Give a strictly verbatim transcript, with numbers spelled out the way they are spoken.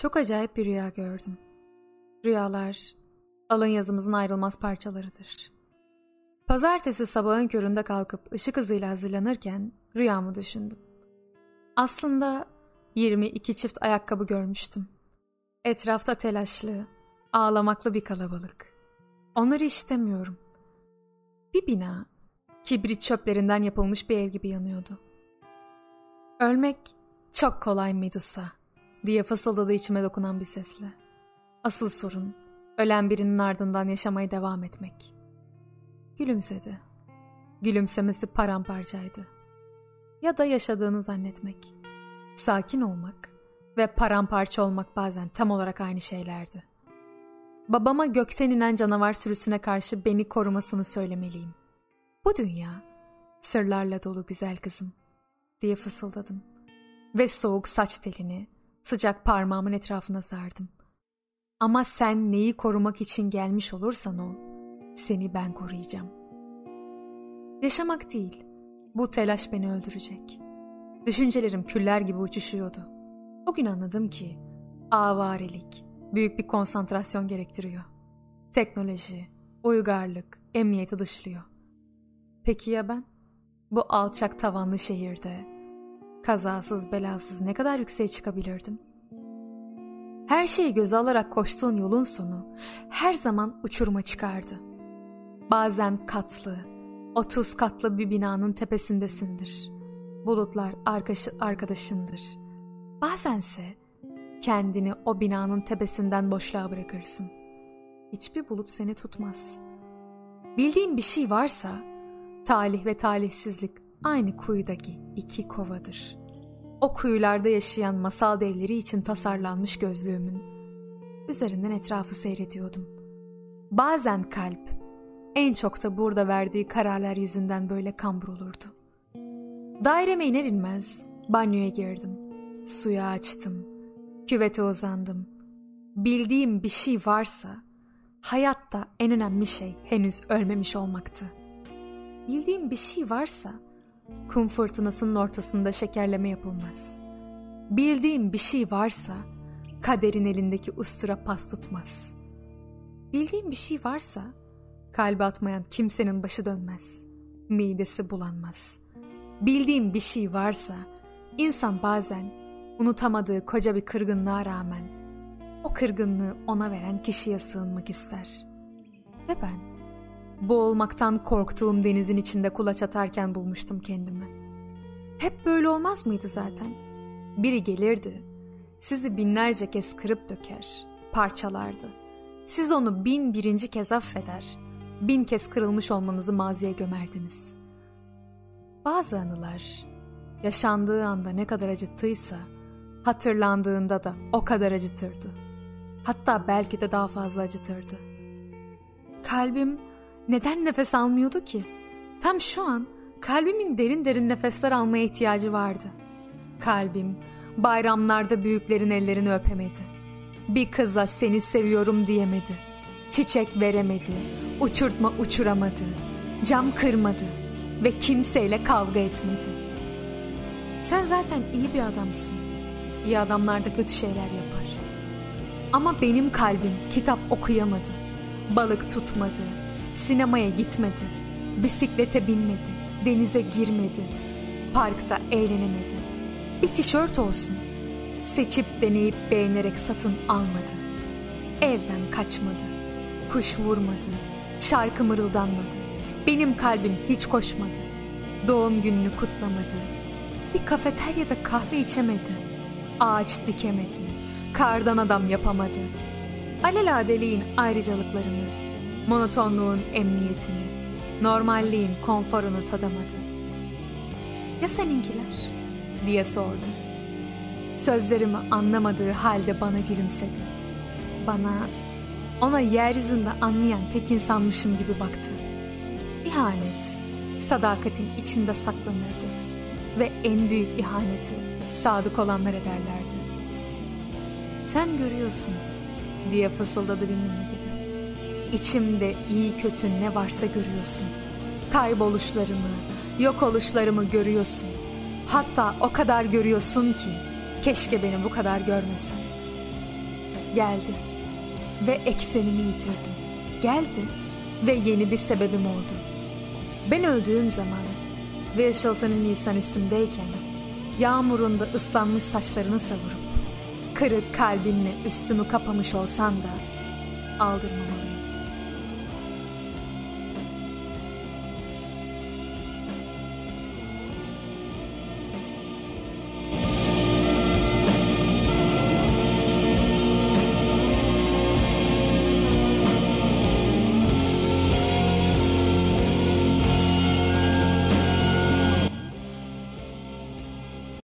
Çok acayip bir rüya gördüm. Rüyalar, alın yazımızın ayrılmaz parçalarıdır. Pazartesi sabahın köründe kalkıp ışık hızıyla hazırlanırken rüyamı düşündüm. Aslında yirmi iki çift ayakkabı görmüştüm. Etrafta telaşlı, ağlamaklı bir kalabalık. Onları istemiyorum. Bir bina, kibrit çöplerinden yapılmış bir ev gibi yanıyordu. Ölmek çok kolay Medusa diye fısıldadı içime dokunan bir sesle. Asıl sorun, ölen birinin ardından yaşamaya devam etmek. Gülümsedi. Gülümsemesi paramparçaydı. Ya da yaşadığını zannetmek. Sakin olmak ve paramparça olmak bazen tam olarak aynı şeylerdi. Babama gökten inen canavar sürüsüne karşı beni korumasını söylemeliyim. Bu dünya sırlarla dolu güzel kızım diye fısıldadım. Ve soğuk saç telini sıcak parmağımın etrafına sardım. Ama sen neyi korumak için gelmiş olursan ol, seni ben koruyacağım. Yaşamak değil, bu telaş beni öldürecek. Düşüncelerim küller gibi uçuşuyordu. O gün anladım ki avarelik büyük bir konsantrasyon gerektiriyor. Teknoloji, uygarlık, emniyeti dışlıyor. Peki ya ben? Bu alçak tavanlı şehirde kazasız belasız ne kadar yükseğe çıkabilirdim? Her şeyi göze alarak koştuğun yolun sonu her zaman uçuruma çıkardı. Bazen katlı, otuz katlı bir binanın tepesindesindir. Bulutlar arkadaşındır. Bazense kendini o binanın tepesinden boşluğa bırakırsın. Hiçbir bulut seni tutmaz. Bildiğin bir şey varsa, talih ve talihsizlik aynı kuyudaki iki kovadır. O kuyularda yaşayan masal devleri için tasarlanmış gözlüğümün üzerinden etrafı seyrediyordum. Bazen kalp, en çok da burada verdiği kararlar yüzünden böyle kambur olurdu. Daireme iner inmez banyoya girdim. Suyu açtım. Küvete uzandım. Bildiğim bir şey varsa, hayatta en önemli şey henüz ölmemiş olmaktı. Bildiğim bir şey varsa, kum fırtınasının ortasında şekerleme yapılmaz. Bildiğim bir şey varsa, kaderin elindeki ustura pas tutmaz. Bildiğim bir şey varsa, kalbi atmayan kimsenin başı dönmez. Midesi bulanmaz. Bildiğim bir şey varsa, insan bazen unutamadığı koca bir kırgınlığa rağmen o kırgınlığı ona veren kişiye sığınmak ister. Ve ben boğulmaktan korktuğum denizin içinde kulaç atarken bulmuştum kendimi. Hep böyle olmaz mıydı zaten? Biri gelirdi, sizi binlerce kez kırıp döker, parçalardı. Siz onu bin birinci kez affeder, bin kez kırılmış olmanızı maziye gömerdiniz. Bazı anılar yaşandığı anda ne kadar acıttıysa, hatırlandığında da o kadar acıtırdı. Hatta belki de daha fazla acıtırdı. Kalbim neden nefes almıyordu ki? Tam şu an kalbimin derin derin nefesler almaya ihtiyacı vardı. Kalbim bayramlarda büyüklerin ellerini öpemedi. Bir kıza seni seviyorum diyemedi. Çiçek veremedi, uçurtma uçuramadı, cam kırmadı ve kimseyle kavga etmedi. Sen zaten iyi bir adamsın. İyi adamlar da kötü şeyler yapar. Ama benim kalbim kitap okuyamadı, balık tutmadı, sinemaya gitmedi, bisiklete binmedi, denize girmedi, parkta eğlenemedi. Bir tişört olsun, seçip deneyip beğenerek satın almadı. Evden kaçmadı, kuş vurmadı, şarkı mırıldanmadı. Benim kalbim hiç koşmadı, doğum gününü kutlamadı, bir kafeteryada kahve içemedi, ağaç dikemedi, kardan adam yapamadı. Alelade ayrıcalıklarını, monotonluğun emniyetini, normalliğin konforunu tadamadı. Ya seninkiler? Diye sordum. Sözlerimi anlamadığı halde bana gülümsedi. Bana, ona yeryüzünde anlayan tek insanmışım gibi baktı. İhanet, sadakatin içinde saklanırdı ve en büyük ihaneti sadık olanlar ederlerdi. Sen görüyorsun diye fısıldadı benimle gibi. İçimde iyi kötü ne varsa görüyorsun. Kayboluşlarımı, yok oluşlarımı görüyorsun. Hatta o kadar görüyorsun ki keşke beni bu kadar görmesen. Geldi ve eksenimi yitirdim. Geldi ve yeni bir sebebim oldu. Ben öldüğüm zaman ve ışıltının Nisan üstümdeyken, yağmurunda ıslanmış saçlarını savurup, kırık kalbinle üstümü kapamış olsan da aldırmamalıyım.